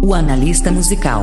O analista musical.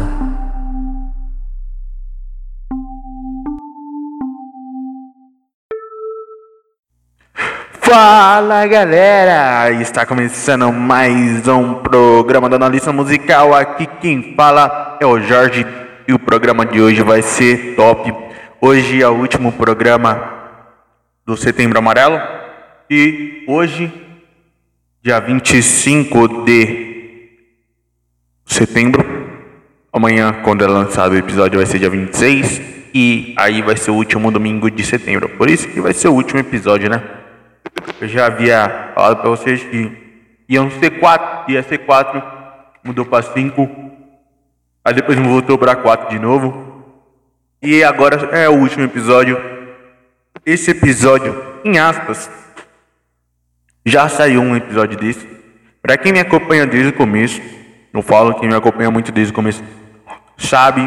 Fala galera, está começando mais um programa do Analista Musical. Aqui quem fala é o Jorge e o programa de hoje vai ser top. Hoje é o último programa do Setembro Amarelo e hoje, dia 25 de setembro, amanhã quando é lançado o episódio vai ser dia 26 e aí vai ser o último domingo de setembro. Por isso que vai ser o último episódio, né? Eu já havia falado pra vocês que ia ser 4, mudou pra 5, aí depois voltou pra 4 de novo. E agora é o último episódio. Esse episódio, em aspas, já saiu um episódio desse. Pra quem me acompanha desde o começo, eu falo que me acompanha muito desde o começo, sabe?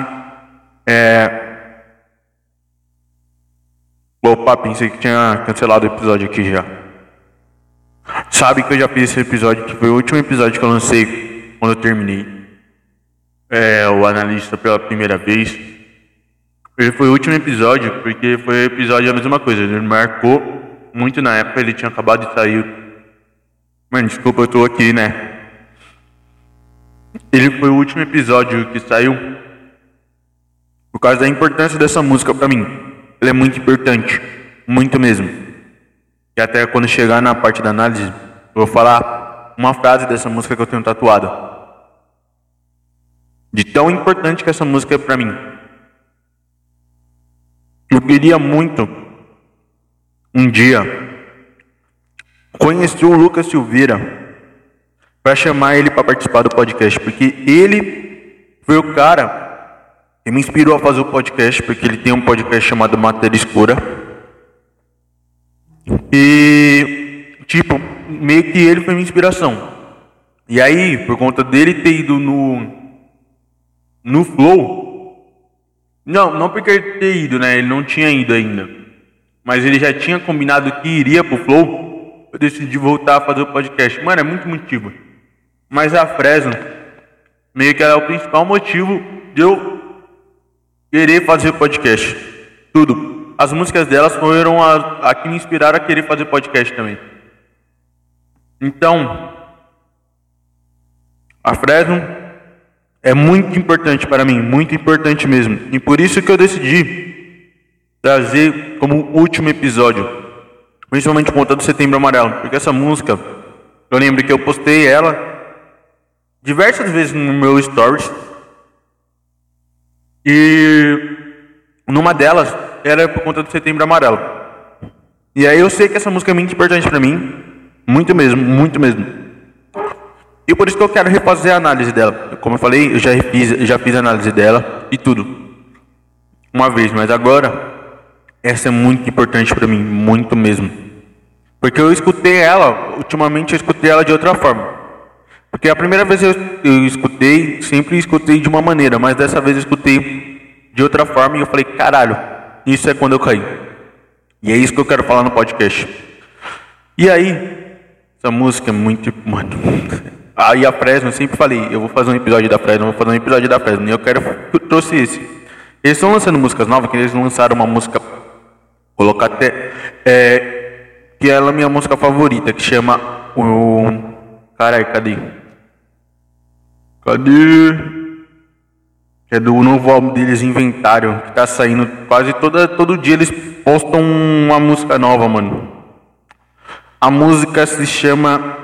Opa, pensei que tinha cancelado o episódio aqui já. Sabe que eu já fiz esse episódio, que foi o último episódio que eu lancei quando eu terminei o analista pela primeira vez. Ele foi o último episódio porque foi o episódio a mesma coisa. Ele me marcou muito na época, ele tinha acabado de sair. Mano, desculpa, eu tô aqui, né? Ele foi o último episódio que saiu por causa da importância dessa música pra mim. Ela é muito importante, muito mesmo. E até quando chegar na parte da análise, eu vou falar uma frase dessa música que eu tenho tatuada. De tão importante que essa música é pra mim. Eu queria muito, um dia, conhecer o Lucas Silveira pra chamar ele pra participar do podcast. Porque ele foi o cara que me inspirou a fazer o podcast, porque ele tem um podcast chamado Matéria Escura. E, tipo, meio que ele foi minha inspiração. E aí, por conta dele ter ido no Flow, não porque ele ter ido, né? Ele não tinha ido ainda. Mas ele já tinha combinado que iria pro Flow, eu decidi voltar a fazer o podcast. Mano, é muito motivo. Mas a Fresno, meio que era o principal motivo de eu querer fazer podcast. Tudo. As músicas delas foram a que me inspiraram a querer fazer podcast também. Então, a Fresno é muito importante para mim, muito importante mesmo. E por isso que eu decidi trazer como último episódio, principalmente por conta do Setembro Amarelo. Porque essa música, eu lembro que eu postei ela diversas vezes no meu stories. E numa delas era por conta do Setembro Amarelo. E aí eu sei que essa música é muito importante pra mim. Muito mesmo, muito mesmo. E por isso que eu quero refazer a análise dela. Como eu falei, eu já fiz a análise dela e tudo uma vez, mas agora essa é muito importante pra mim, muito mesmo. Porque eu escutei ela, ultimamente eu escutei ela de outra forma. Porque a primeira vez eu escutei, sempre escutei de uma maneira, mas dessa vez eu escutei de outra forma e eu falei, caralho, isso é quando eu caí. E é isso que eu quero falar no podcast. E aí, essa música é muito... Mano, aí a Fresno, eu sempre falei, eu vou fazer um episódio da Fresno, e eu quero que eu trouxe esse. Eles estão lançando músicas novas, que eles lançaram uma música, colocar até, que ela é a minha música favorita, que chama Caralho, cadê? Que é do novo álbum deles, Inventário, que tá saindo quase todo dia eles postam uma música nova, mano. A música se chama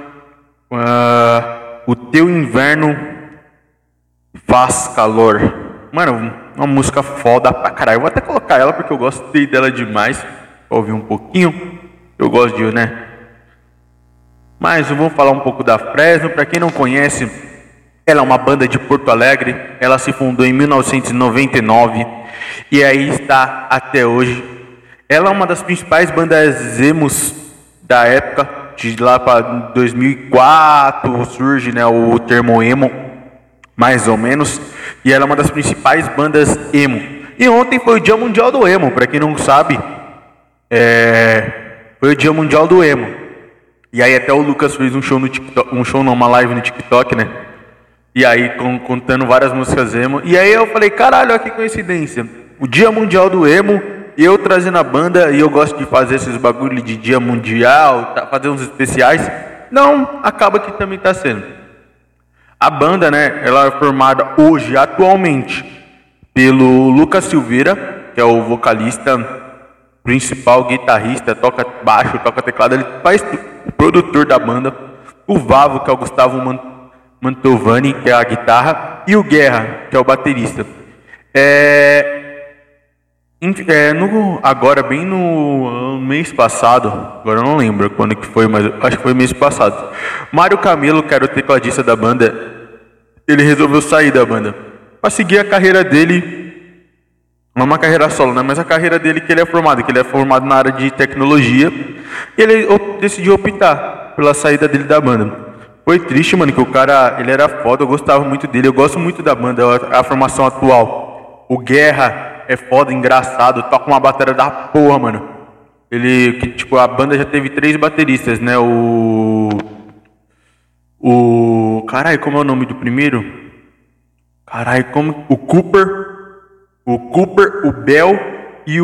O Teu Inverno Faz Calor. Mano, uma música foda pra caralho. Eu vou até colocar ela porque eu gostei dela demais. Pra ouvir um pouquinho. Eu gosto de, né? Mas eu vou falar um pouco da Fresno. Pra quem não conhece, ela é uma banda de Porto Alegre. Ela se fundou em 1999 e aí está até hoje. Ela é uma das principais bandas emos da época. De lá para 2004 surge, né, o termo emo, mais ou menos. E ela é uma das principais bandas emo. E ontem foi o Dia Mundial do Emo. Para quem não sabe, foi o Dia Mundial do Emo. E aí até o Lucas fez um show no TikTok, uma live no TikTok, né? E aí contando várias músicas emo. E aí eu falei, caralho, olha que coincidência. O Dia Mundial do Emo, eu trazendo a banda, e eu gosto de fazer esses bagulho de Dia Mundial, fazer uns especiais. Não, acaba que também tá sendo. A banda, né, ela é formada hoje, atualmente, pelo Lucas Silveira, que é o vocalista principal, guitarrista, toca baixo, toca teclado, ele faz o produtor da banda. O Vavo, que é o Gustavo Mantovani, que é a guitarra, e o Guerra, que é o baterista. Agora, bem no mês passado, agora eu não lembro quando que foi, mas acho que foi mês passado, Mário Camelo, que era o tecladista da banda, ele resolveu sair da banda para seguir a carreira dele, não uma carreira solo, né? Mas a carreira dele que ele é formado na área de tecnologia, e ele decidiu optar pela saída dele da banda. Foi triste, mano, que o cara, ele era foda, eu gostava muito dele, eu gosto muito da banda, a formação atual. O Guerra é foda, engraçado, toca uma bateria da porra, mano. A banda já teve 3 bateristas, né? Caralho, como é o nome do primeiro? Caralho, o Cooper, o Bel e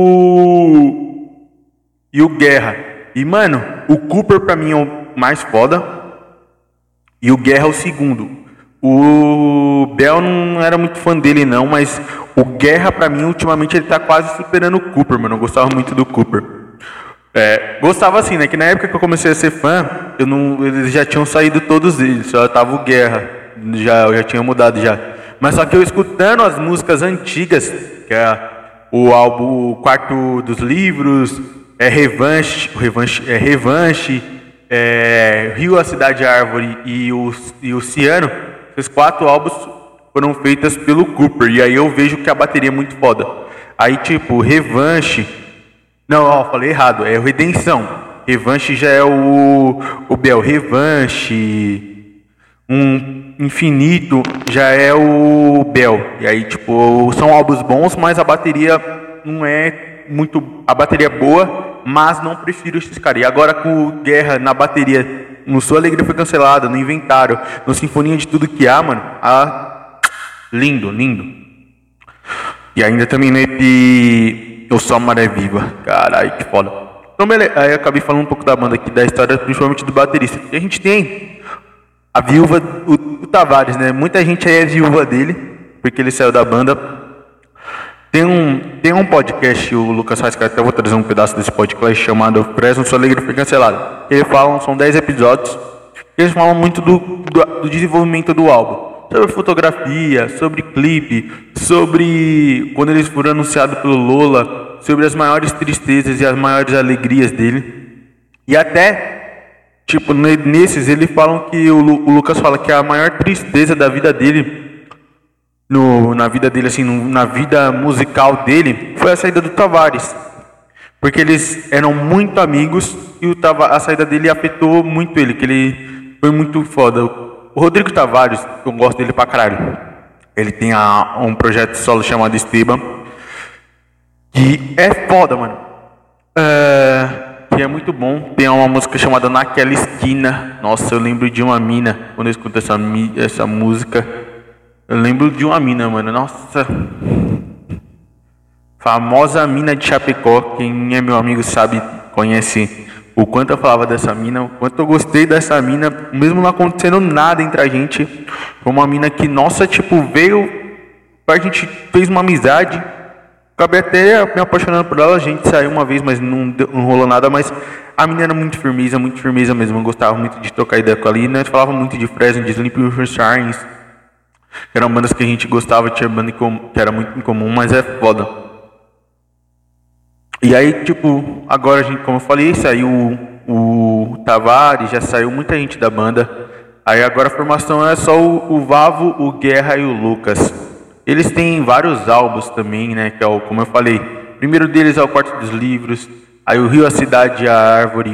o Guerra. E, mano, o Cooper pra mim é o mais foda. E o Guerra é o segundo. O Bel não era muito fã dele não, mas o Guerra pra mim ultimamente ele tá quase superando o Cooper, mano. Eu gostava muito do Cooper. Gostava assim, né? Que na época que eu comecei a ser fã, eles já tinham saído todos eles, só tava o Guerra. Eu já tinha mudado já. Mas só que eu escutando as músicas antigas, que é o álbum O Quarto dos Livros, Revanche, Rio, a Cidade, a Árvore e o Ciano, esses 4 álbuns foram feitos pelo Cooper. E aí eu vejo que a bateria é muito foda. Aí tipo, Revanche. Não, falei errado, é Redenção. Revanche já é o Bel. Revanche. Infinito já é o Bel. E aí, tipo, são álbuns bons, mas a bateria não é muito. A bateria é boa, mas não prefiro esses caras. E agora com o Guerra na bateria, no Sua Alegria Foi Cancelada, no Inventário, no Sinfonia de Tudo Que Há, mano. Lindo, lindo. E ainda também no EP Eu Sou a Maré Viva. Caralho, que foda. Então, beleza. Aí eu acabei falando um pouco da banda aqui, da história, principalmente do baterista. E a gente tem a viúva, o Tavares, né? Muita gente aí é viúva dele, porque ele saiu da banda. Tem um podcast, o Lucas faz, que até vou trazer um pedaço desse podcast, chamado Fresno, Sua Alegria Foi Cancelada. Eles falam, são 10 episódios, eles falam muito do desenvolvimento do álbum. Sobre fotografia, sobre clipe, sobre quando eles foram anunciados pelo Lola, sobre as maiores tristezas e as maiores alegrias dele. E até... Tipo, nesses eles falam que o Lucas fala que a maior tristeza da vida dele, na vida dele, assim, na vida musical dele, foi a saída do Tavares. Porque eles eram muito amigos e a saída dele afetou muito ele, que ele foi muito foda. O Rodrigo Tavares, eu gosto dele pra caralho. Ele tem um projeto solo chamado Esteban, que é foda, mano. Que é muito bom. Tem uma música chamada Naquela Esquina. Nossa, eu lembro de uma mina. Quando eu escuto essa música, eu lembro de uma mina, mano. Nossa, famosa mina de Chapecó. Quem é meu amigo sabe, conhece o quanto eu falava dessa mina, o quanto eu gostei dessa mina, mesmo não acontecendo nada entre a gente. Foi uma mina que, nossa, tipo, veio, a gente fez uma amizade. Acabei até me apaixonando por ela, a gente saiu uma vez, mas não rolou nada, mas a menina era muito firmeza mesmo, eu gostava muito de trocar ideia com ela, e nós falávamos muito de Fresno, de Sleeping Shines, que eram bandas que a gente gostava, tinha banda que era muito incomum, mas é foda. E aí, tipo, agora a gente, como eu falei, saiu o Tavares, já saiu muita gente da banda, aí agora a formação é só o Vavo, o Guerra e o Lucas. Eles têm vários álbuns também, né? Que é como eu falei. O primeiro deles é o Quarto dos Livros. Aí o Rio, a Cidade e a Árvore.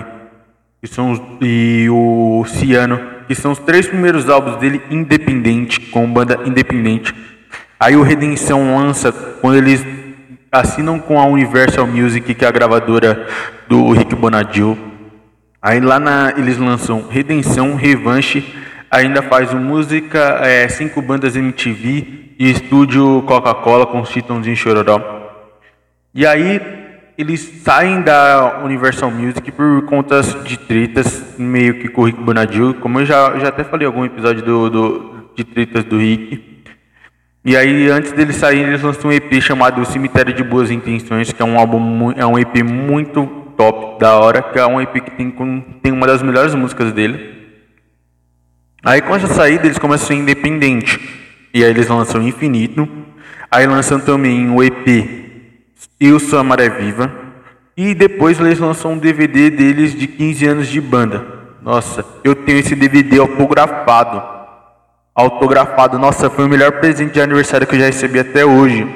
E o Ciano. Que são os 3 primeiros álbuns dele independente, com banda independente. Aí o Redenção lança quando eles assinam com a Universal Music, que é a gravadora do Rick Bonadil. Aí lá eles lançam Redenção, Revanche, Ainda faz música, 5 bandas MTV e estúdio Coca-Cola com os Chitãozinho e Chororó. E aí eles saem da Universal Music por contas de tretas, meio que com o Rick Bonadil, como eu já até falei em algum episódio de tretas do Rick. E aí, antes deles saírem, eles lançam um EP chamado Cemitério de Boas Intenções, que é um álbum, é um EP muito top, da hora, que é um EP que tem uma das melhores músicas dele. Aí, com essa saída, eles começam a ser independente. E aí eles lançam Infinito. Aí lançam também o EP Eu Sou a Maré Viva. E depois eles lançam um DVD deles de 15 anos de banda. Nossa, eu tenho esse DVD autografado. Nossa, foi o melhor presente de aniversário que eu já recebi até hoje.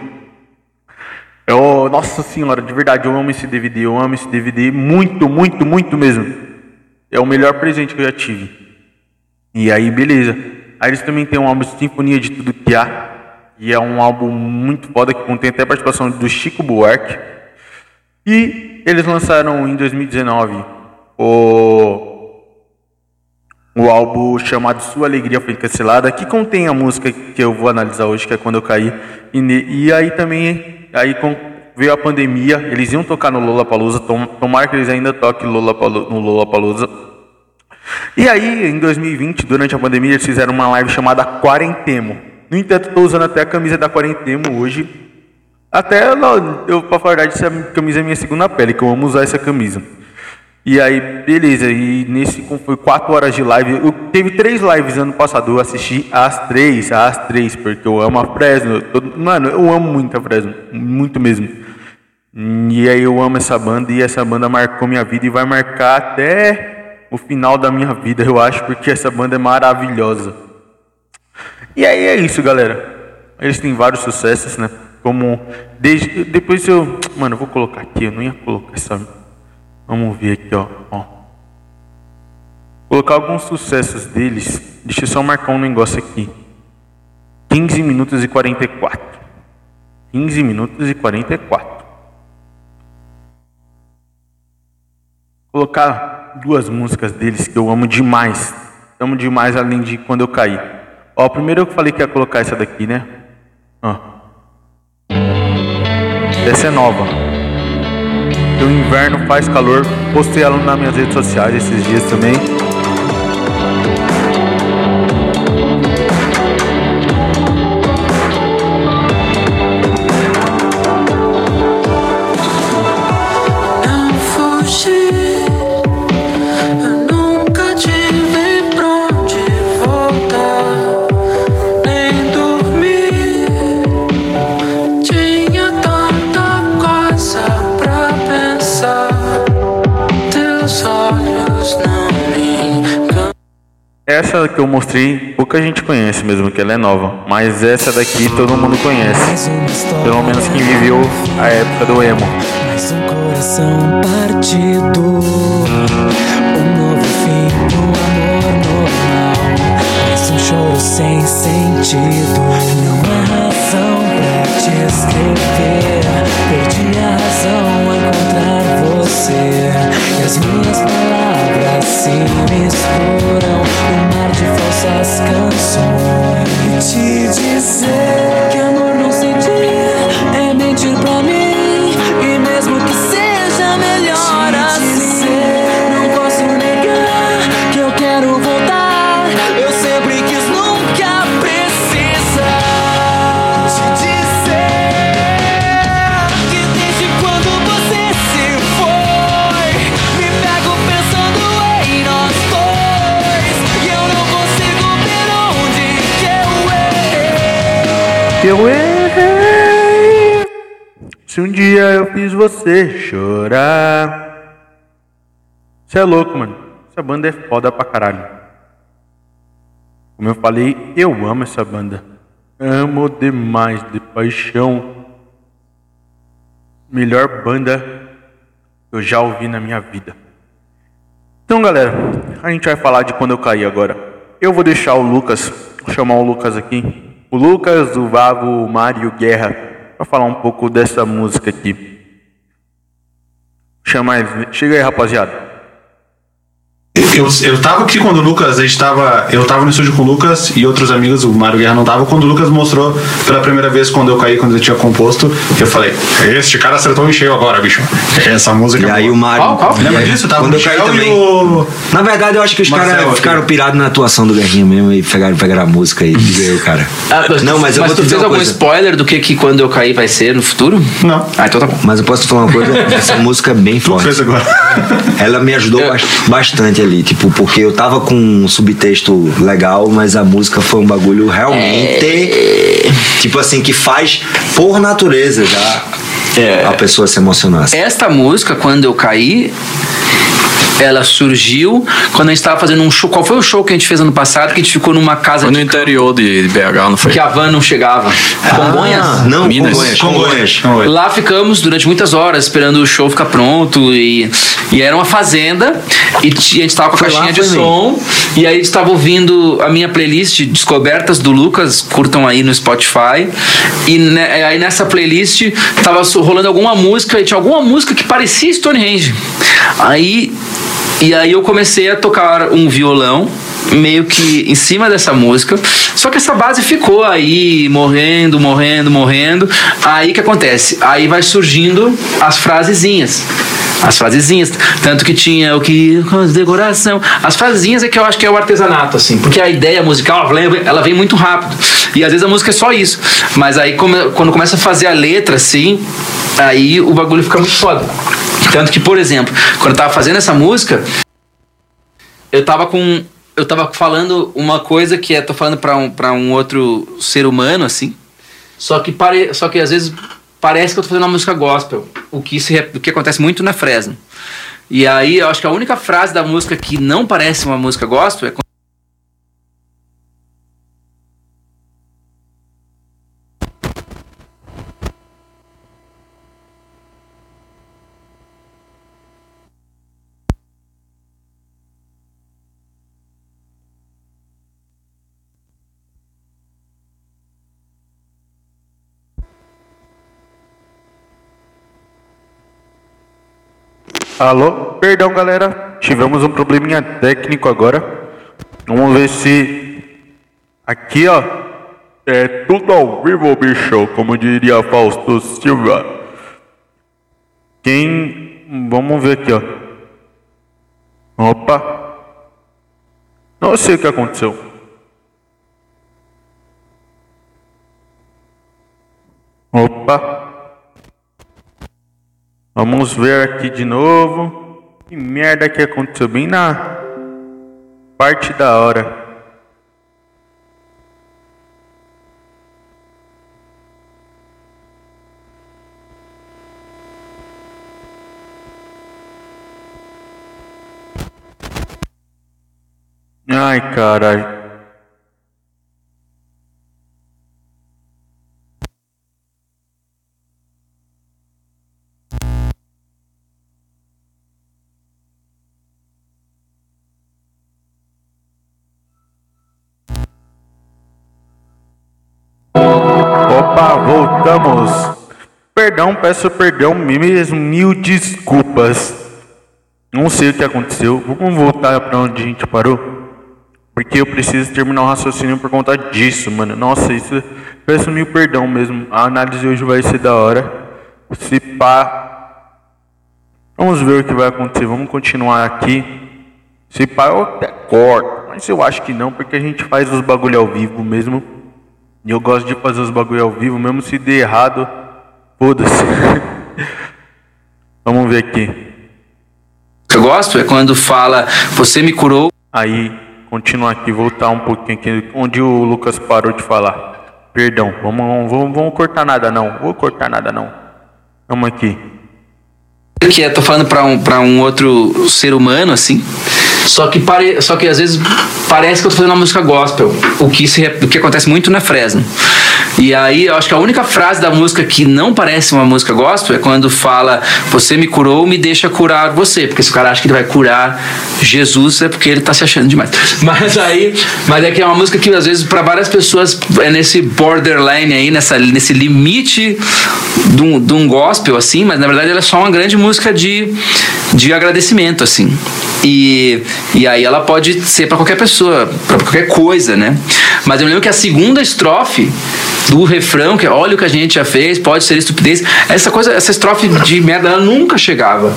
Nossa senhora, de verdade, eu amo esse DVD muito, muito, muito mesmo. É o melhor presente que eu já tive. E aí, beleza. Aí eles também têm um álbum Sinfonia de Tudo Que Há. E é um álbum muito foda que contém até a participação do Chico Buarque. E eles lançaram em 2019 o álbum chamado Sua Alegria Foi Cancelada, que contém a música que eu vou analisar hoje, que é Quando Eu Caí. E aí também, veio a pandemia, eles iam tocar no Lollapalooza, tomara que eles ainda toquem no Lollapalooza. E aí, em 2020, durante a pandemia, eles fizeram uma live chamada Quarentemo. No entanto, estou usando até a camisa da Quarentemo hoje. Até, pra falar a verdade, essa camisa é minha segunda pele, que eu amo usar essa camisa. E aí, beleza, e foi 4 horas de live. Teve 3 lives ano passado, eu assisti as três, porque eu amo a Fresno. Mano, eu amo muito a Fresno, muito mesmo. E aí eu amo essa banda, e essa banda marcou minha vida e vai marcar até o final da minha vida, eu acho, porque essa banda é maravilhosa. E aí é isso, galera. Eles têm vários sucessos, né? Depois Mano, eu vou colocar aqui, eu não ia colocar essa... Vamos ver aqui, ó. Colocar alguns sucessos deles. Deixa eu só marcar um negócio aqui. 15 minutos e 44. 15 minutos e 44. Colocar 2 músicas deles que eu amo demais. Amo demais, além de Quando Eu Caí. Primeiro eu falei que ia colocar essa daqui, né? Essa é nova. O inverno faz calor. Postei ela nas minhas redes sociais esses dias também. Essa que eu mostrei, pouca gente conhece mesmo, que ela é nova. Mas essa daqui todo mundo conhece. Pelo menos quem viveu a época do emo. Mais um coração partido, um novo fim pro amor normal. Mais um choro sem sentido, não há razão pra te escrever. Perdi a razão a encontrar você, e as minhas palavras se misturam no mar de falsas canções. E te dizer que amor não sentir é mentir pra mim, e mesmo que seja melhor assim, não posso negar que eu quero voltar. Eu sempre quis, nunca precisa te dizer que desde quando você se foi, me pego pensando em nós dois, e eu não consigo ver onde que eu errei. Se um dia eu fiz você chorar. Você é louco, mano. Essa banda é foda pra caralho. Como eu falei, eu amo essa banda. Amo demais, de paixão. Melhor banda que eu já ouvi na minha vida. Então, galera, a gente vai falar de Quando Eu Caí agora. Eu vou deixar o Lucas, vou chamar o Lucas aqui. O Lucas, o Vavo, o Mário, o Guerra, pra falar um pouco dessa música aqui. Chama eles. Chega aí, rapaziada. Eu tava aqui quando o Lucas, eu tava no estúdio com o Lucas e outros amigos, o Mário Guerra não tava, quando o Lucas mostrou pela primeira vez quando eu caí, quando ele tinha composto, eu falei, este cara acertou em cheio agora, bicho. Essa música. E aí o Mário. Lembra disso? Tava quando no eu caí Michel também. Na verdade, eu acho que os caras ficaram pirados na atuação do Guerrinha mesmo e pegaram a música e ganhou, cara. Não, mas eu vou te dizer algum spoiler do que quando eu cair vai ser no futuro? Não. Então tá bom. Mas eu posso te falar uma coisa, essa música é bem forte. Fez agora. Ela me ajudou bastante ali, tipo, porque eu tava com um subtexto legal, mas a música foi um bagulho realmente, tipo assim, que faz por natureza já a pessoa se emocionar. Esta música, quando eu caí, ela surgiu quando a gente estava fazendo um show. Qual foi o show que a gente fez ano passado? Que a gente ficou numa casa. Foi no interior de BH, não foi? Que a van não chegava. Congonhas? Não, Minas. Congonhas. Lá ficamos durante muitas horas esperando o show ficar pronto. E era uma fazenda. E a gente estava com a caixinha de som. E aí a gente estava ouvindo a minha playlist Descobertas do Lucas. Curtam aí no Spotify. E aí nessa playlist estava rolando alguma música. E tinha alguma música que parecia Stonehenge. E aí eu comecei a tocar um violão meio que em cima dessa música, só que essa base ficou aí morrendo. Aí o que acontece? Aí vai surgindo as frasezinhas, tanto que tinha o que decoração, as frasezinhas é que eu acho que é o artesanato, assim, porque a ideia musical ela vem muito rápido e às vezes a música é só isso, mas aí quando começa a fazer a letra assim, aí o bagulho fica muito foda. Tanto que, por exemplo, quando eu tava fazendo essa música, eu tava falando uma coisa que tô falando pra um outro ser humano, assim, só que às vezes parece que eu tô fazendo uma música gospel, o que acontece muito na Fresno. E aí eu acho que a única frase da música que não parece uma música gospel é Alô? Perdão, galera. Tivemos um probleminha técnico agora. Vamos ver se... Aqui, ó. É tudo ao vivo, bicho. Como diria Fausto Silva. Vamos ver aqui, ó. Opa. Não sei o que aconteceu. Opa. Vamos ver aqui de novo. Que merda que aconteceu bem na parte da hora. Ai, caralho. Opa, voltamos. Perdão, peço perdão mesmo, mil desculpas. Não sei o que aconteceu. Vamos voltar pra onde a gente parou? Porque eu preciso terminar o raciocínio por conta disso, mano. Nossa, isso... Peço mil perdão mesmo. A análise hoje vai ser da hora. Se pá... Vamos ver o que vai acontecer. Vamos continuar aqui. Se pá, eu até corto. Mas eu acho que não, porque a gente faz os bagulho ao vivo mesmo. E eu gosto de fazer os bagulho ao vivo, mesmo se der errado, foda-se. Vamos ver aqui. O que eu gosto é quando fala, você me curou. Aí, continuar aqui, voltar um pouquinho aqui, onde o Lucas parou de falar. Perdão, vamos cortar nada não. Vou cortar nada não. Vamos aqui. Que tô falando pra um outro ser humano, assim. Só que às vezes parece que eu tô fazendo uma música gospel, o que acontece muito na Fresno. E aí, eu acho que a única frase da música que não parece uma música gospel é quando fala: você me curou, me deixa curar você. Porque se o cara acha que ele vai curar Jesus, é porque ele tá se achando demais. Mas é que é uma música que às vezes para várias pessoas é nesse borderline aí, nesse limite de um gospel, assim, mas na verdade ela é só uma grande música de agradecimento, assim. E aí ela pode ser para qualquer pessoa, para qualquer coisa, né? Mas eu lembro que a segunda estrofe do refrão, que é olha o que a gente já fez, pode ser estupidez, essa estrofe de merda, ela nunca chegava.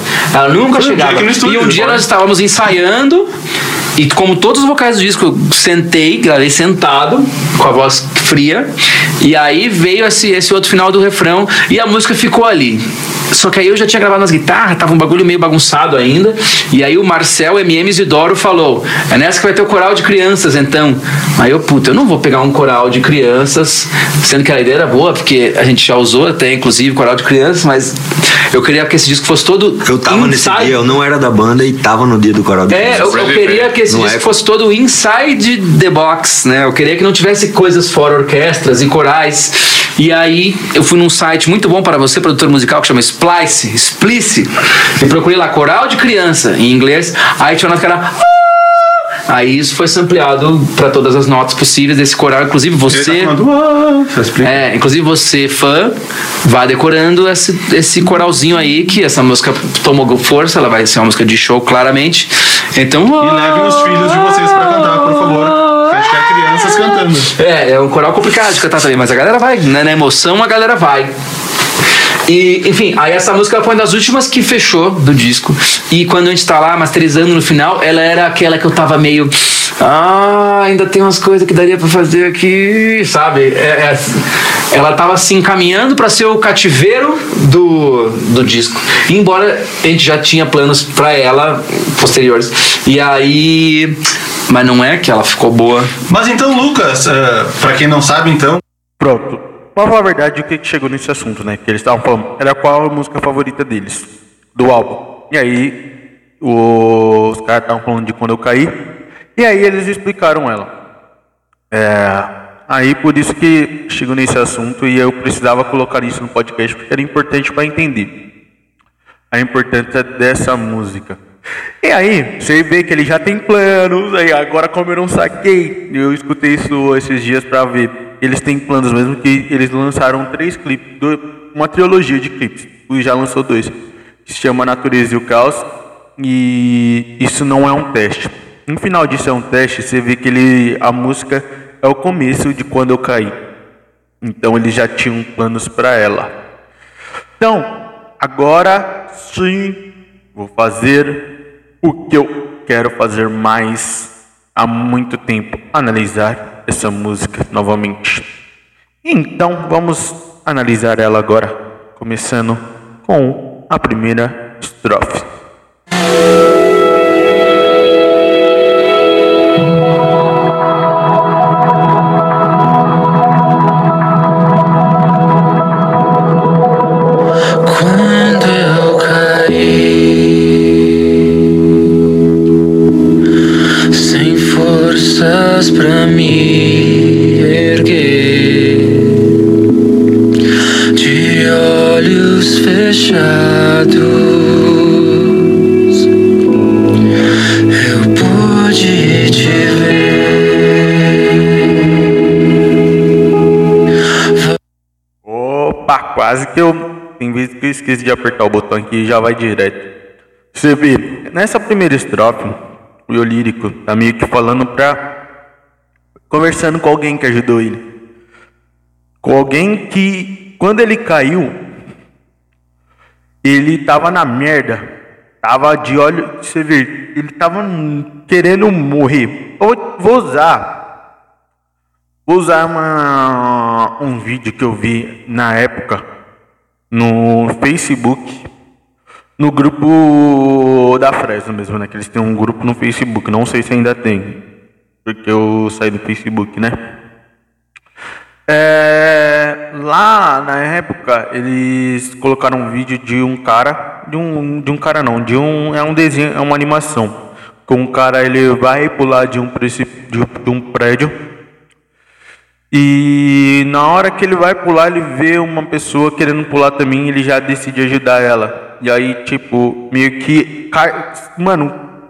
E um dia nós estávamos ensaiando, e como todos os vocais do disco, eu gravei sentado, com a voz fria, e aí veio esse outro final do refrão, e a música ficou ali. Só que aí eu já tinha gravado nas guitarras, tava um bagulho meio bagunçado ainda, e aí o Marcel MM Isidoro falou: é nessa que vai ter o coral de crianças, então. Aí eu não vou pegar um coral de crianças, sendo que a ideia era boa, porque a gente já usou até, inclusive, coral de crianças, mas eu queria que esse disco fosse todo eu tava nesse dia, eu não era da banda e tava no dia do coral de crianças. Eu queria que esse disco fosse todo inside the box, né? Eu queria que não tivesse coisas fora orquestras e corais. E aí eu fui num site muito bom para você, produtor musical, que chama Splice, e procurei lá coral de criança em inglês. Aí tinha uma nota que era... Aí isso foi sampleado para todas as notas possíveis desse coral. Inclusive você... inclusive você, fã, vá decorando esse coralzinho aí, que essa música tomou força, ela vai ser uma música de show, claramente. Então... E levem os filhos de vocês para cantar, por favor. Crianças cantando. É um coral complicado de cantar também, mas a galera vai, né? Na emoção a galera vai. E, enfim, aí essa música foi uma das últimas que fechou do disco. E quando a gente tá lá masterizando no final, ela era aquela que eu tava meio... ainda tem umas coisas que daria pra fazer aqui, sabe? Ela tava assim caminhando pra ser o cativeiro do disco. E embora a gente já tinha planos pra ela posteriores. E aí... Mas não é que ela ficou boa. Mas então, Lucas, pra quem não sabe, então... Pronto. Pra falar a verdade, o que chegou nesse assunto, né? Que eles estavam falando, era qual a música favorita deles, do álbum. E aí, os caras estavam falando de Quando Eu Caí, e aí eles explicaram ela. Aí por isso que chegou nesse assunto, e eu precisava colocar isso no podcast, porque era importante para entender a importância dessa música. E aí, você vê que ele já tem planos, aí agora como eu não saquei, eu escutei isso esses dias pra ver, eles têm planos mesmo, que eles lançaram 3 clipes, uma trilogia de clipes, o já lançou 2, que se chama Natureza e o Caos, e isso não é um teste. No final disso é um teste, você vê que a música é o começo de Quando Eu Caí, então eles já tinham planos pra ela. Então, agora sim, vou fazer o que eu quero fazer mais há muito tempo, analisar essa música novamente. Então vamos analisar ela agora, começando com a primeira estrofe. Pra me erguer, de olhos fechados, eu pude te ver. Opa, quase que tem vezes que eu esqueço de apertar o botão aqui e já vai direto. Você vê, nessa primeira estrofe, o eu lírico tá meio que falando conversando com alguém que ajudou ele. Com alguém que, quando ele caiu, ele tava na merda. Tava de olho, você vê, ele tava querendo morrer. Vou usar um vídeo que eu vi na época no Facebook, no grupo da Fresno mesmo, né? Que eles têm um grupo no Facebook, não sei se ainda tem, porque eu saí do Facebook, né? Lá na época eles colocaram um vídeo de um cara, é um desenho, é uma animação, com um cara, ele vai pular de um prédio E na hora que ele vai pular, ele vê uma pessoa querendo pular também, ele já decide ajudar ela. E aí, tipo, meio que mano,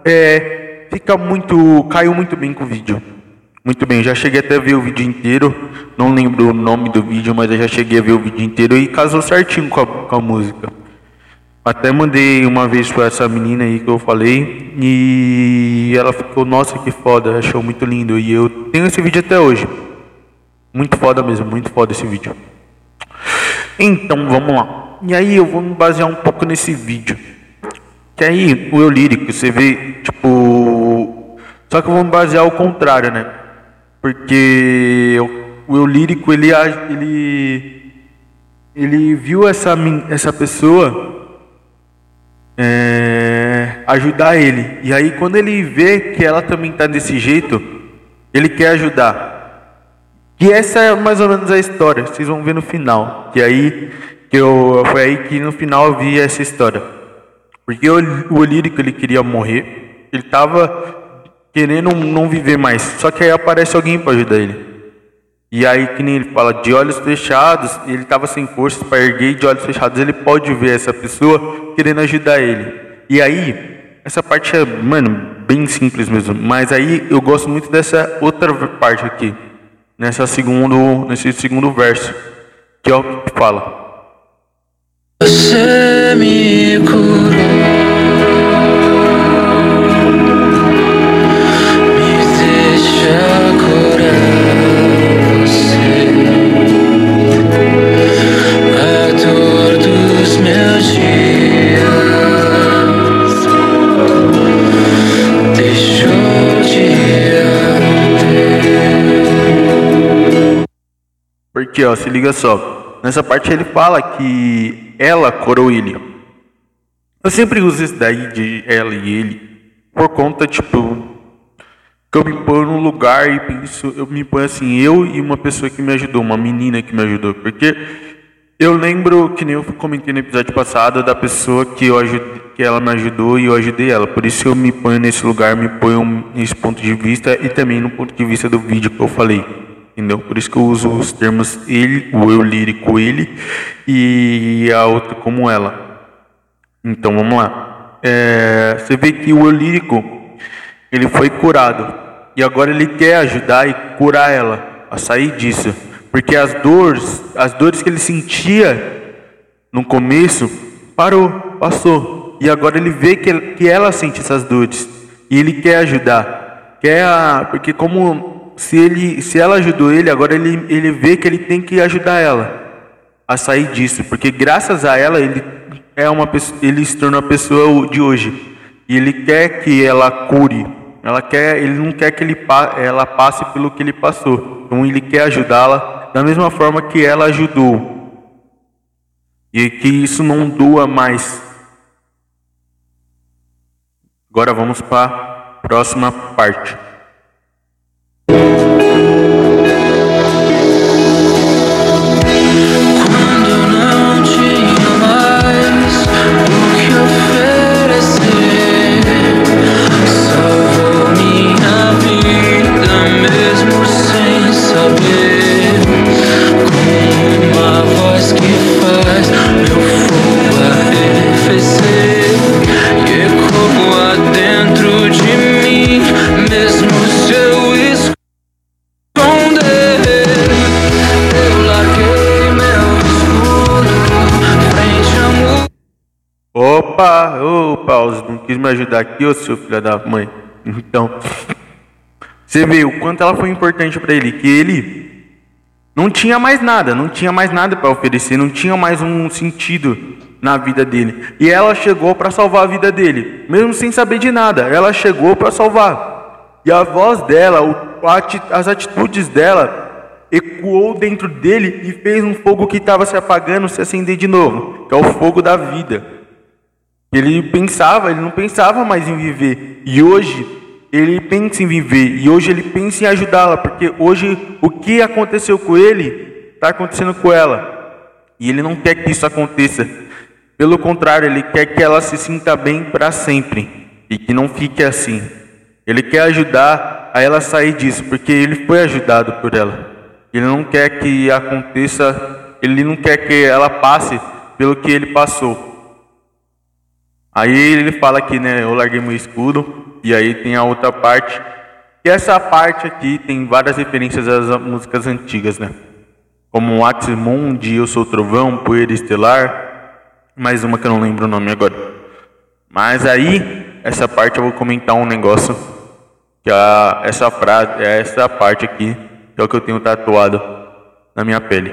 caiu muito bem com o vídeo. Muito bem, já cheguei até a ver o vídeo inteiro. Não lembro o nome do vídeo, mas eu já cheguei a ver o vídeo inteiro e casou certinho com a música. Até mandei uma vez pra essa menina aí que eu falei e ela ficou, nossa, que foda, achou muito lindo. E eu tenho esse vídeo até hoje. Muito foda mesmo, muito foda esse vídeo. Então, vamos lá. E aí eu vou me basear um pouco nesse vídeo. Que aí, o eu lírico, você vê, tipo... Só que eu vou me basear ao contrário, né? Porque o eu lírico, ele viu essa pessoa ajudar ele. E aí, quando ele vê que ela também tá desse jeito, ele quer ajudar. E essa é mais ou menos a história, vocês vão ver no final. Que aí foi aí que no final eu vi essa história. Porque o lírico, ele queria morrer, ele tava querendo não viver mais. Só que aí aparece alguém para ajudar ele. E aí, que nem ele fala, de olhos fechados, ele tava sem forças para erguer, e de olhos fechados ele pode ver essa pessoa querendo ajudar ele. E aí, essa parte é, mano, bem simples mesmo. Mas aí eu gosto muito dessa outra parte aqui. Nesse segundo verso, que é o que fala: você me curou, me deixa curar você, a dor dos meus dias deixou de Porque, ó, se liga só. Nessa parte ele fala que ela curou ele. Eu sempre uso isso daí de ela e ele por conta, tipo, que eu me ponho num lugar e penso, eu me ponho assim, eu e uma pessoa que me ajudou, uma menina que me ajudou. Porque eu lembro, que nem eu comentei no episódio passado, da pessoa que ela me ajudou e eu ajudei ela. Por isso eu me ponho nesse lugar, me ponho nesse ponto de vista e também no ponto de vista do vídeo que eu falei. Entendeu? Por isso que eu uso os termos ele, o eu lírico ele e a outra como ela. Então vamos lá. Você vê que o eu lírico, ele foi curado e agora ele quer ajudar e curar ela a sair disso, porque as dores que ele sentia no começo passou, e agora ele vê que ela sente essas dores e ele quer ajudar, porque como se ela ajudou ele, agora ele vê que ele tem que ajudar ela a sair disso, porque graças a ela ele se tornou a pessoa de hoje, e ele quer que ela cure, ele não quer que ela passe pelo que ele passou, então ele quer ajudá-la da mesma forma que ela ajudou, e que isso não doa mais. Agora vamos para a próxima parte. Opa, não quis me ajudar aqui, ô seu filho da mãe. Então, você vê o quanto ela foi importante para ele, que ele não tinha mais nada para oferecer, não tinha mais um sentido na vida dele. E ela chegou para salvar a vida dele, mesmo sem saber de nada. Ela chegou para salvar. E a voz dela, as atitudes dela ecoou dentro dele e fez um fogo que estava se apagando se acender de novo, que é o fogo da vida. Ele não pensava mais em viver, e hoje ele pensa em viver, e hoje ele pensa em ajudá-la, porque hoje o que aconteceu com ele está acontecendo com ela, e ele não quer que isso aconteça. Pelo contrário, ele quer que ela se sinta bem para sempre e que não fique assim. Ele quer ajudar a ela sair disso, porque ele foi ajudado por ela. Ele não quer que aconteça, ele não quer que ela passe pelo que ele passou. Aí ele fala que, né, eu larguei meu escudo, e aí tem a outra parte. E essa parte aqui tem várias referências às músicas antigas, né? Como Axis Mundi, Eu Sou Trovão, Poeira Estelar, mais uma que eu não lembro o nome agora. Mas aí, essa parte eu vou comentar um negócio, que essa frase, essa parte aqui, que é o que eu tenho tatuado na minha pele.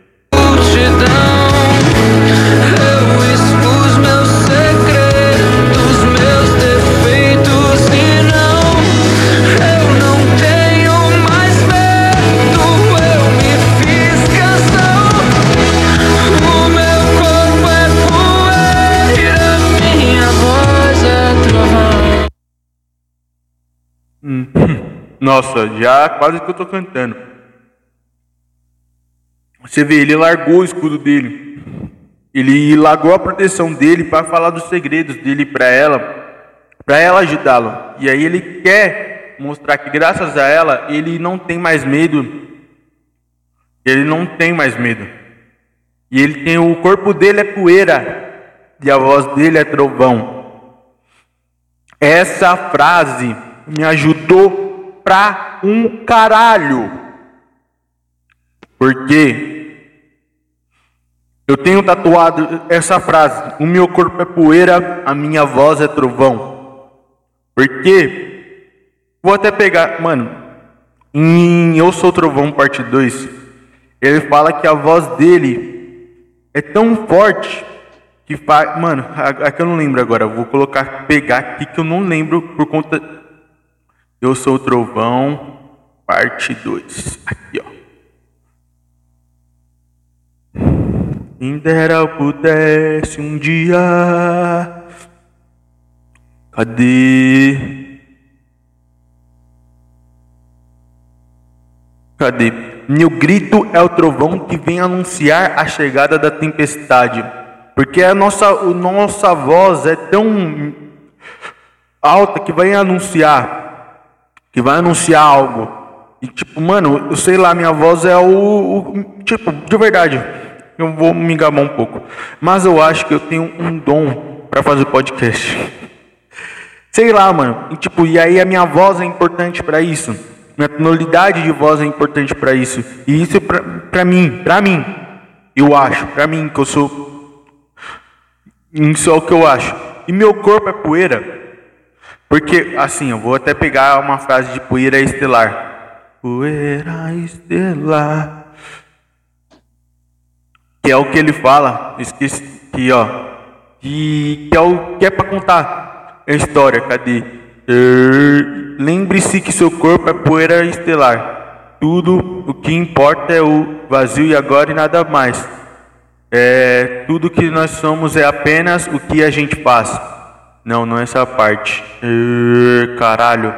Eu expus meus segredos, meus defeitos e eu não tenho mais medo. Eu me fiz canção. O meu corpo é poeira, minha voz é trovão. Nossa, já quase que eu tô cantando. Você vê, ele largou o escudo dele. Ele largou a proteção dele para falar dos segredos dele para ela ajudá-lo. E aí ele quer mostrar que graças a ela, ele não tem mais medo. Ele não tem mais medo. E ele tem, o corpo dele é poeira e a voz dele é trovão. Essa frase me ajudou pra um caralho. Porque eu tenho tatuado essa frase: o meu corpo é poeira, a minha voz é trovão. Porque vou até pegar, mano, em Eu Sou Trovão parte 2, ele fala que a voz dele é tão forte que faz, mano, aqui eu não lembro agora, vou pegar aqui que eu não lembro por conta. Eu Sou Trovão parte 2, aqui ó. Quem dera eu pudesse um dia. Cadê? Meu grito é o trovão que vem anunciar a chegada da tempestade. Porque a nossa voz é tão alta que vai anunciar algo. E tipo, mano, eu sei lá, minha voz é tipo, de verdade. Eu vou me gabar um pouco, mas eu acho que eu tenho um dom pra fazer podcast. Sei lá, mano. E, tipo, e aí a minha voz é importante pra isso. Minha tonalidade de voz é importante pra isso. E isso pra mim, eu acho, pra mim que eu sou. Isso é o que eu acho. E meu corpo é poeira. Porque, assim, eu vou até pegar uma frase de Poeira Estelar. Poeira estelar. Que é o que ele fala, esqueci aqui, ó. Que é o que é pra contar a história, cadê? Lembre-se que seu corpo é poeira estelar. Tudo o que importa é o vazio e agora e nada mais. Tudo que nós somos é apenas o que a gente faz. Não é essa parte. Caralho.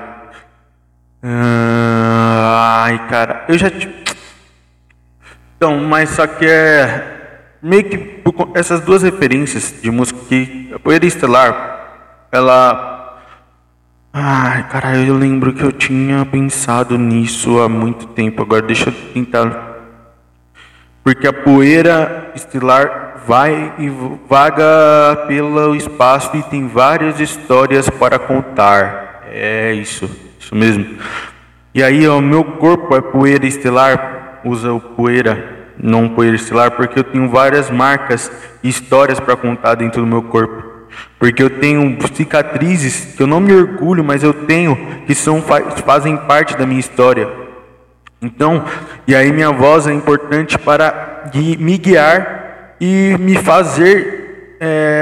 Ai, cara. Eu já Então, mas só que meio que essas duas referências de música que a Poeira Estelar, ela... Ai, caralho, eu lembro que eu tinha pensado nisso há muito tempo. Agora deixa eu tentar. Porque a Poeira Estelar vai e vaga pelo espaço e tem várias histórias para contar. É isso mesmo. E aí, o meu corpo é poeira estelar, usa o poeira, não poeira estelar, porque eu tenho várias marcas e histórias para contar dentro do meu corpo. Porque eu tenho cicatrizes que eu não me orgulho, mas eu tenho, que fazem parte da minha história. Então, e aí minha voz é importante para me guiar e me fazer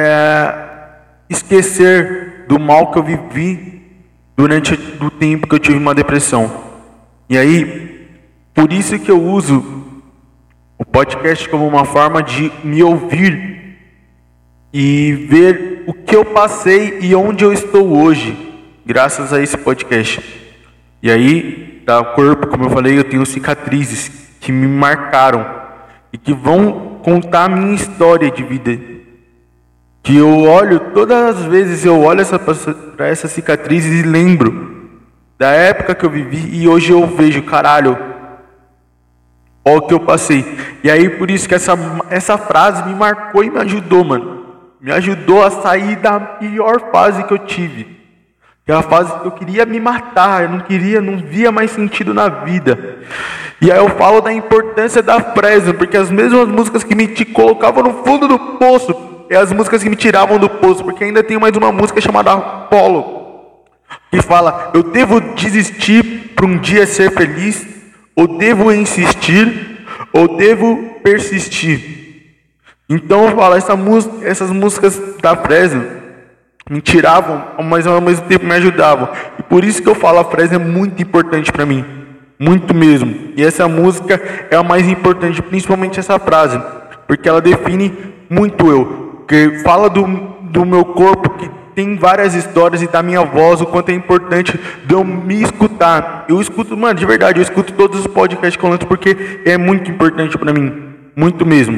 esquecer do mal que eu vivi durante o tempo que eu tive uma depressão. E aí, por isso que eu uso o podcast como uma forma de me ouvir e ver o que eu passei e onde eu estou hoje, graças a esse podcast. E aí, o corpo, como eu falei, eu tenho cicatrizes que me marcaram e que vão contar a minha história de vida. Que eu olho, todas as vezes eu olho para essas cicatrizes e lembro da época que eu vivi, e hoje eu vejo, caralho, Olha o que eu passei. E aí por isso que essa frase me marcou e me ajudou, mano. Me ajudou a sair da pior fase que eu tive. Que é a fase que eu queria me matar. Eu não via mais sentido na vida. E aí eu falo da importância da Fresno, porque as mesmas músicas que me colocavam no fundo do poço é as músicas que me tiravam do poço. Porque ainda tem mais uma música chamada Apolo, que fala: eu devo desistir para um dia ser feliz, ou devo insistir, ou devo persistir. Então eu falo, essas músicas da Fresno me tiravam, mas ao mesmo tempo me ajudavam. E por isso que eu falo, a Fresno é muito importante para mim. Muito mesmo. E essa música é a mais importante, principalmente essa frase, porque ela define muito eu. Que fala do meu corpo, que tem várias histórias, e da minha voz, o quanto é importante de eu me escutar. Eu escuto, mano, de verdade, eu escuto todos os podcasts que eu lanço, porque é muito importante pra mim. Muito mesmo.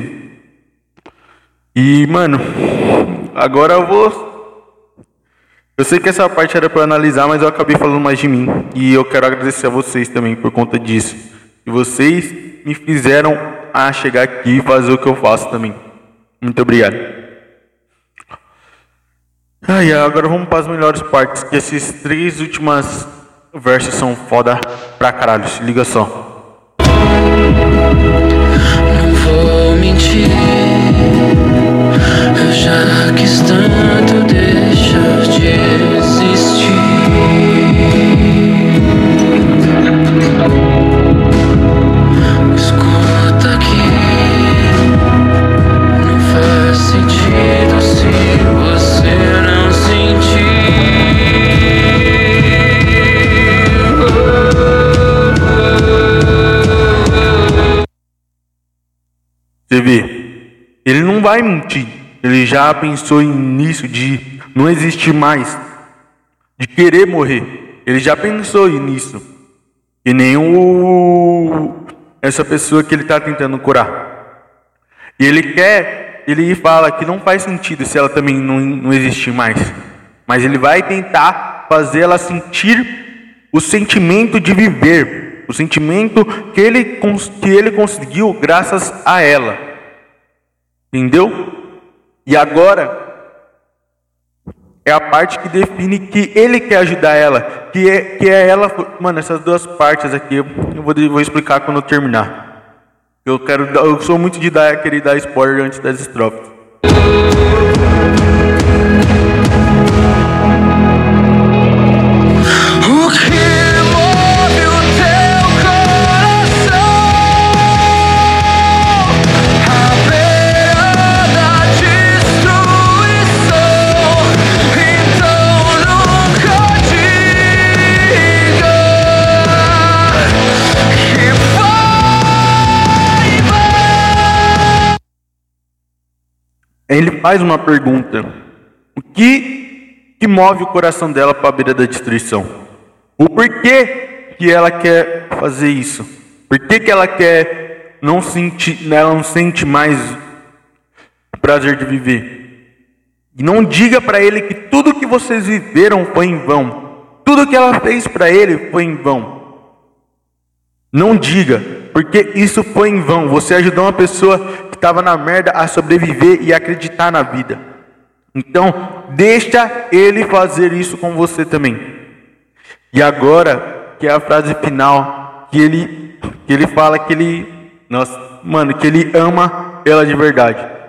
E, mano, agora eu sei que essa parte era pra eu analisar, mas eu acabei falando mais de mim. E eu quero agradecer a vocês também por conta disso. E vocês me fizeram a chegar aqui e fazer o que eu faço também. Muito obrigado. E agora vamos para as melhores partes, que esses 3 últimos versos são foda pra caralho, se liga só. Não vou mentir, eu já quis tanto deixar de existir. Escuta aqui, não faz sentido se você não sentir. Você vê, ele não vai mentir. Ele já pensou nisso de não existir mais, de querer morrer. Ele já pensou nisso. E nem essa pessoa que ele está tentando curar. E ele fala que não faz sentido se ela também não existir mais. Mas ele vai tentar fazer ela sentir o sentimento de viver. O sentimento que ele conseguiu graças a ela. Entendeu? E agora é a parte que define que ele quer ajudar ela. Que é ela. Mano, essas duas partes aqui eu vou explicar quando eu terminar. Eu sou muito de querer dar spoiler antes das estrofes. Ele faz uma pergunta: o que move o coração dela para a beira da destruição? O porquê que ela quer fazer isso? Por que ela quer ela não sente mais o prazer de viver? E não diga para ele que tudo que vocês viveram foi em vão. Tudo que ela fez para ele foi em vão. Não diga, porque isso foi em vão. Você ajudou uma pessoa que estava na merda a sobreviver e acreditar na vida. Então, deixa ele fazer isso com você também. E agora, que é a frase final, que ele fala que ele, nossa, mano, que ele ama ela de verdade.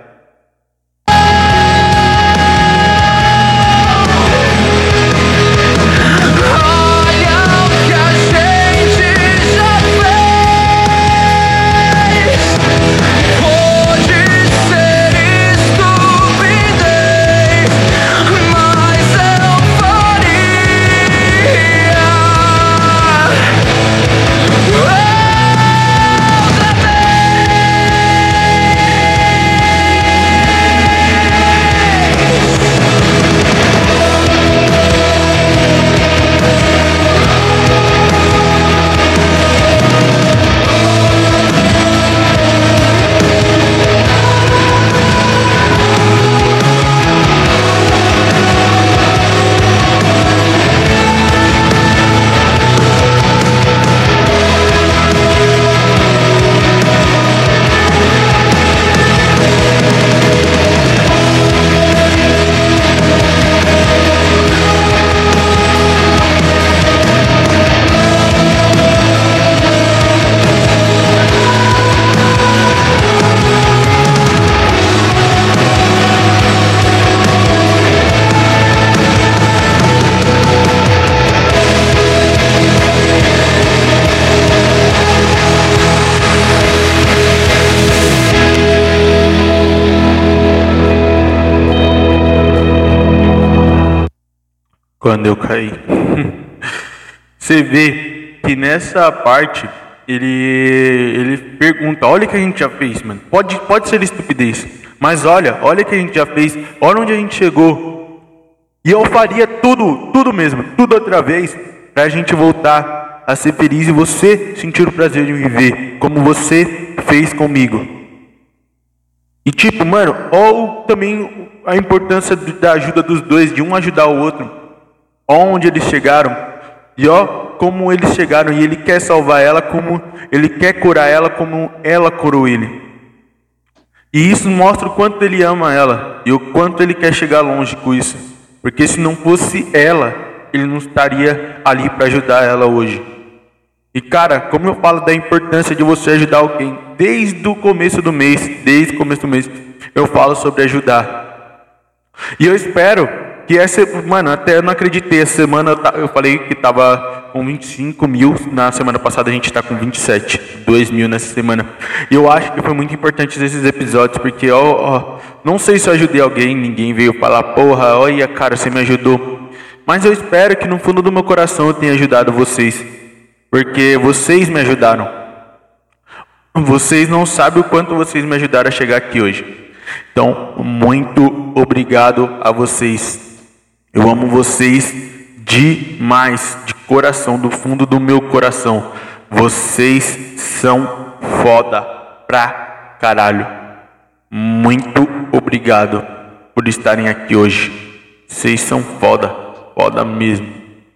Quando eu caí. Você vê que nessa parte ele pergunta, olha o que a gente já fez, mano. Pode ser estupidez, mas olha o que a gente já fez, olha onde a gente chegou. E eu faria tudo mesmo, tudo outra vez, pra gente voltar a ser feliz e você sentir o prazer de viver, como você fez comigo. E tipo, mano, ou também a importância da ajuda dos dois, de um ajudar o outro. Onde eles chegaram. E ó, como eles chegaram. E ele quer salvar ela, como ele quer curar ela, como ela curou ele. E isso mostra o quanto ele ama ela. E o quanto ele quer chegar longe com isso. Porque se não fosse ela, ele não estaria ali para ajudar ela hoje. E cara, como eu falo da importância de você ajudar alguém. Desde o começo do mês, eu falo sobre ajudar. E eu espero que essa, mano, até eu não acreditei. Essa semana eu falei que tava com 25 mil. Na semana passada a gente tá com 27. 2 mil nessa semana. E eu acho que foi muito importante esses episódios. Porque, não sei se eu ajudei alguém. Ninguém veio falar, porra, olha, cara, você me ajudou. Mas eu espero que no fundo do meu coração eu tenha ajudado vocês. Porque vocês me ajudaram. Vocês não sabem o quanto vocês me ajudaram a chegar aqui hoje. Então, muito obrigado a vocês. Eu amo vocês demais, de coração, do fundo do meu coração. Vocês são foda pra caralho. Muito obrigado por estarem aqui hoje. Vocês são foda, foda mesmo.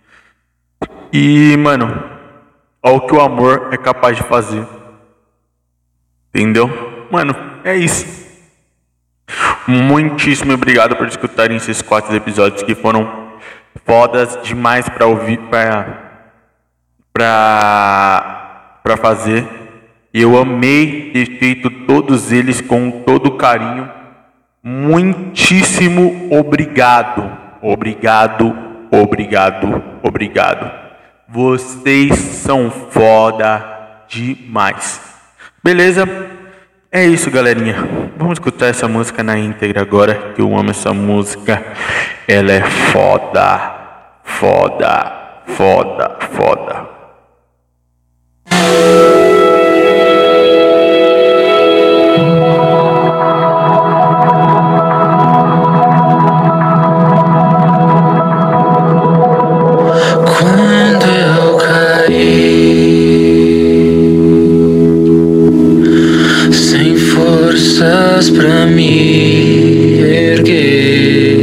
E, mano, olha o que o amor é capaz de fazer. Entendeu? Mano, é isso. Muitíssimo obrigado por escutarem esses 4 episódios que foram fodas demais pra ouvir, pra fazer. E eu amei ter feito todos eles com todo carinho. Muitíssimo obrigado. Obrigado. Vocês são foda demais. Beleza? É isso, galerinha. Vamos escutar essa música na íntegra agora, que eu amo essa música. Ela é foda. Quando eu caí, sem forças pra me erguer,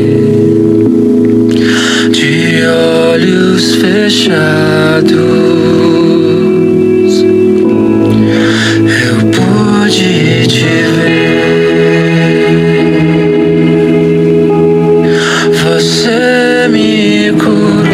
de olhos fechados, eu pude te ver. Você me curou.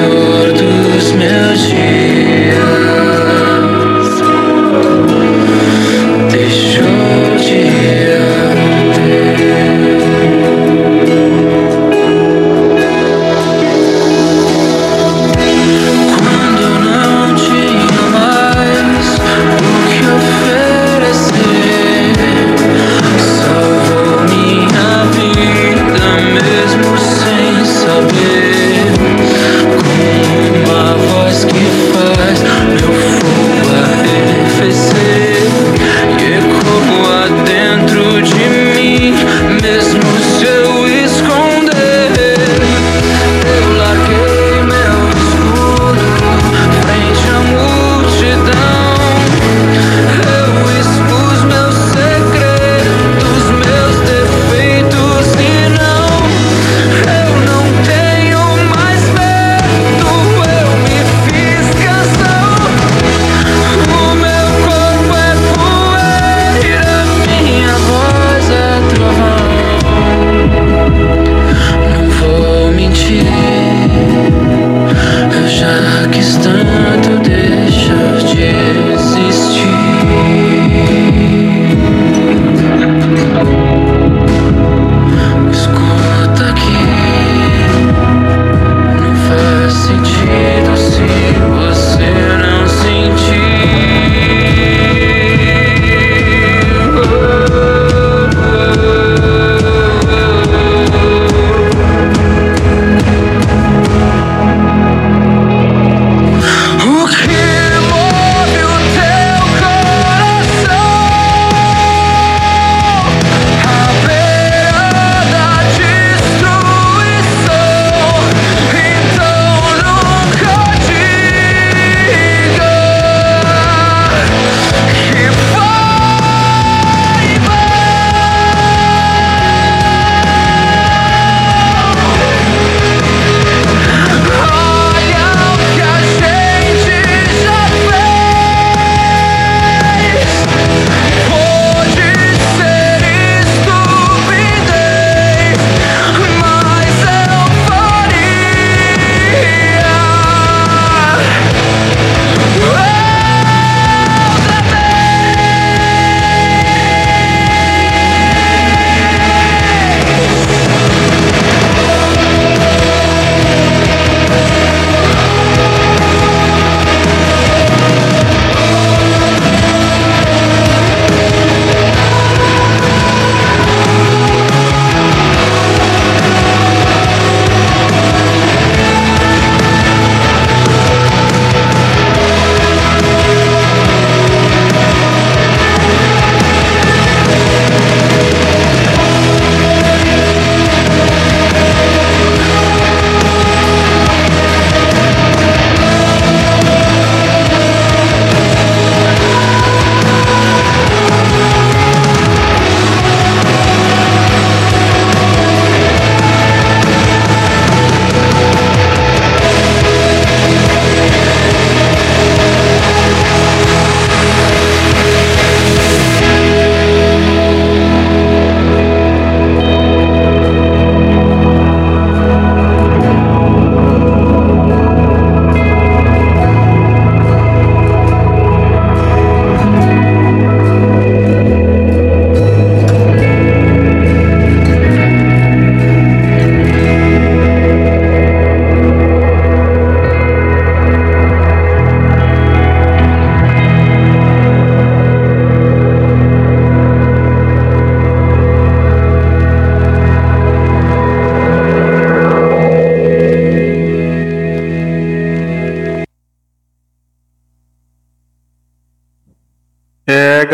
Meus dias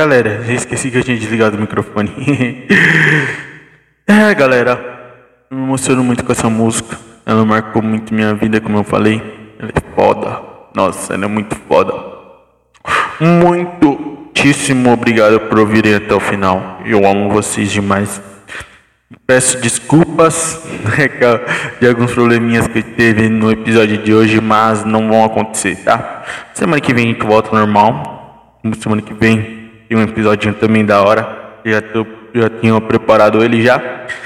galera, já esqueci que eu tinha desligado o microfone. Galera, eu me emociono muito com essa música. Ela marcou muito minha vida, como eu falei. Ela é foda. Nossa, ela é muito foda. Muitíssimo obrigado por ouvirem até o final. Eu amo vocês demais. Peço desculpas de alguns probleminhas que teve no episódio de hoje, mas não vão acontecer, tá? Semana que vem a gente volta ao normal. Semana que vem tem um episódio também da hora. Já tinha preparado ele já.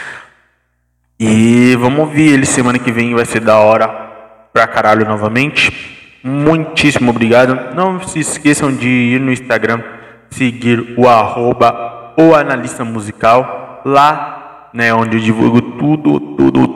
E vamos ouvir ele semana que vem, vai ser da hora pra caralho novamente. Muitíssimo obrigado. Não se esqueçam de ir no Instagram, seguir o @analista musical, lá, né, onde eu divulgo tudo.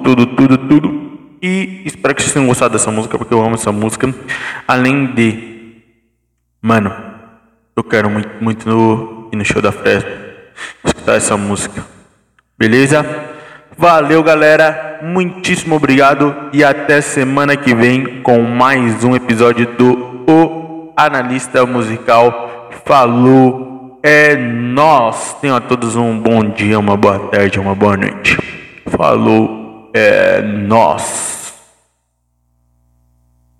E espero que vocês tenham gostado dessa música, porque eu amo essa música. Além de, mano, eu quero muito ir no show da Fresno, escutar essa música. Beleza? Valeu, galera, muitíssimo obrigado e até semana que vem com mais um episódio do O Analista Musical. Falou, é nóis. Tenham a todos um bom dia, uma boa tarde, uma boa noite. Falou, é nóis.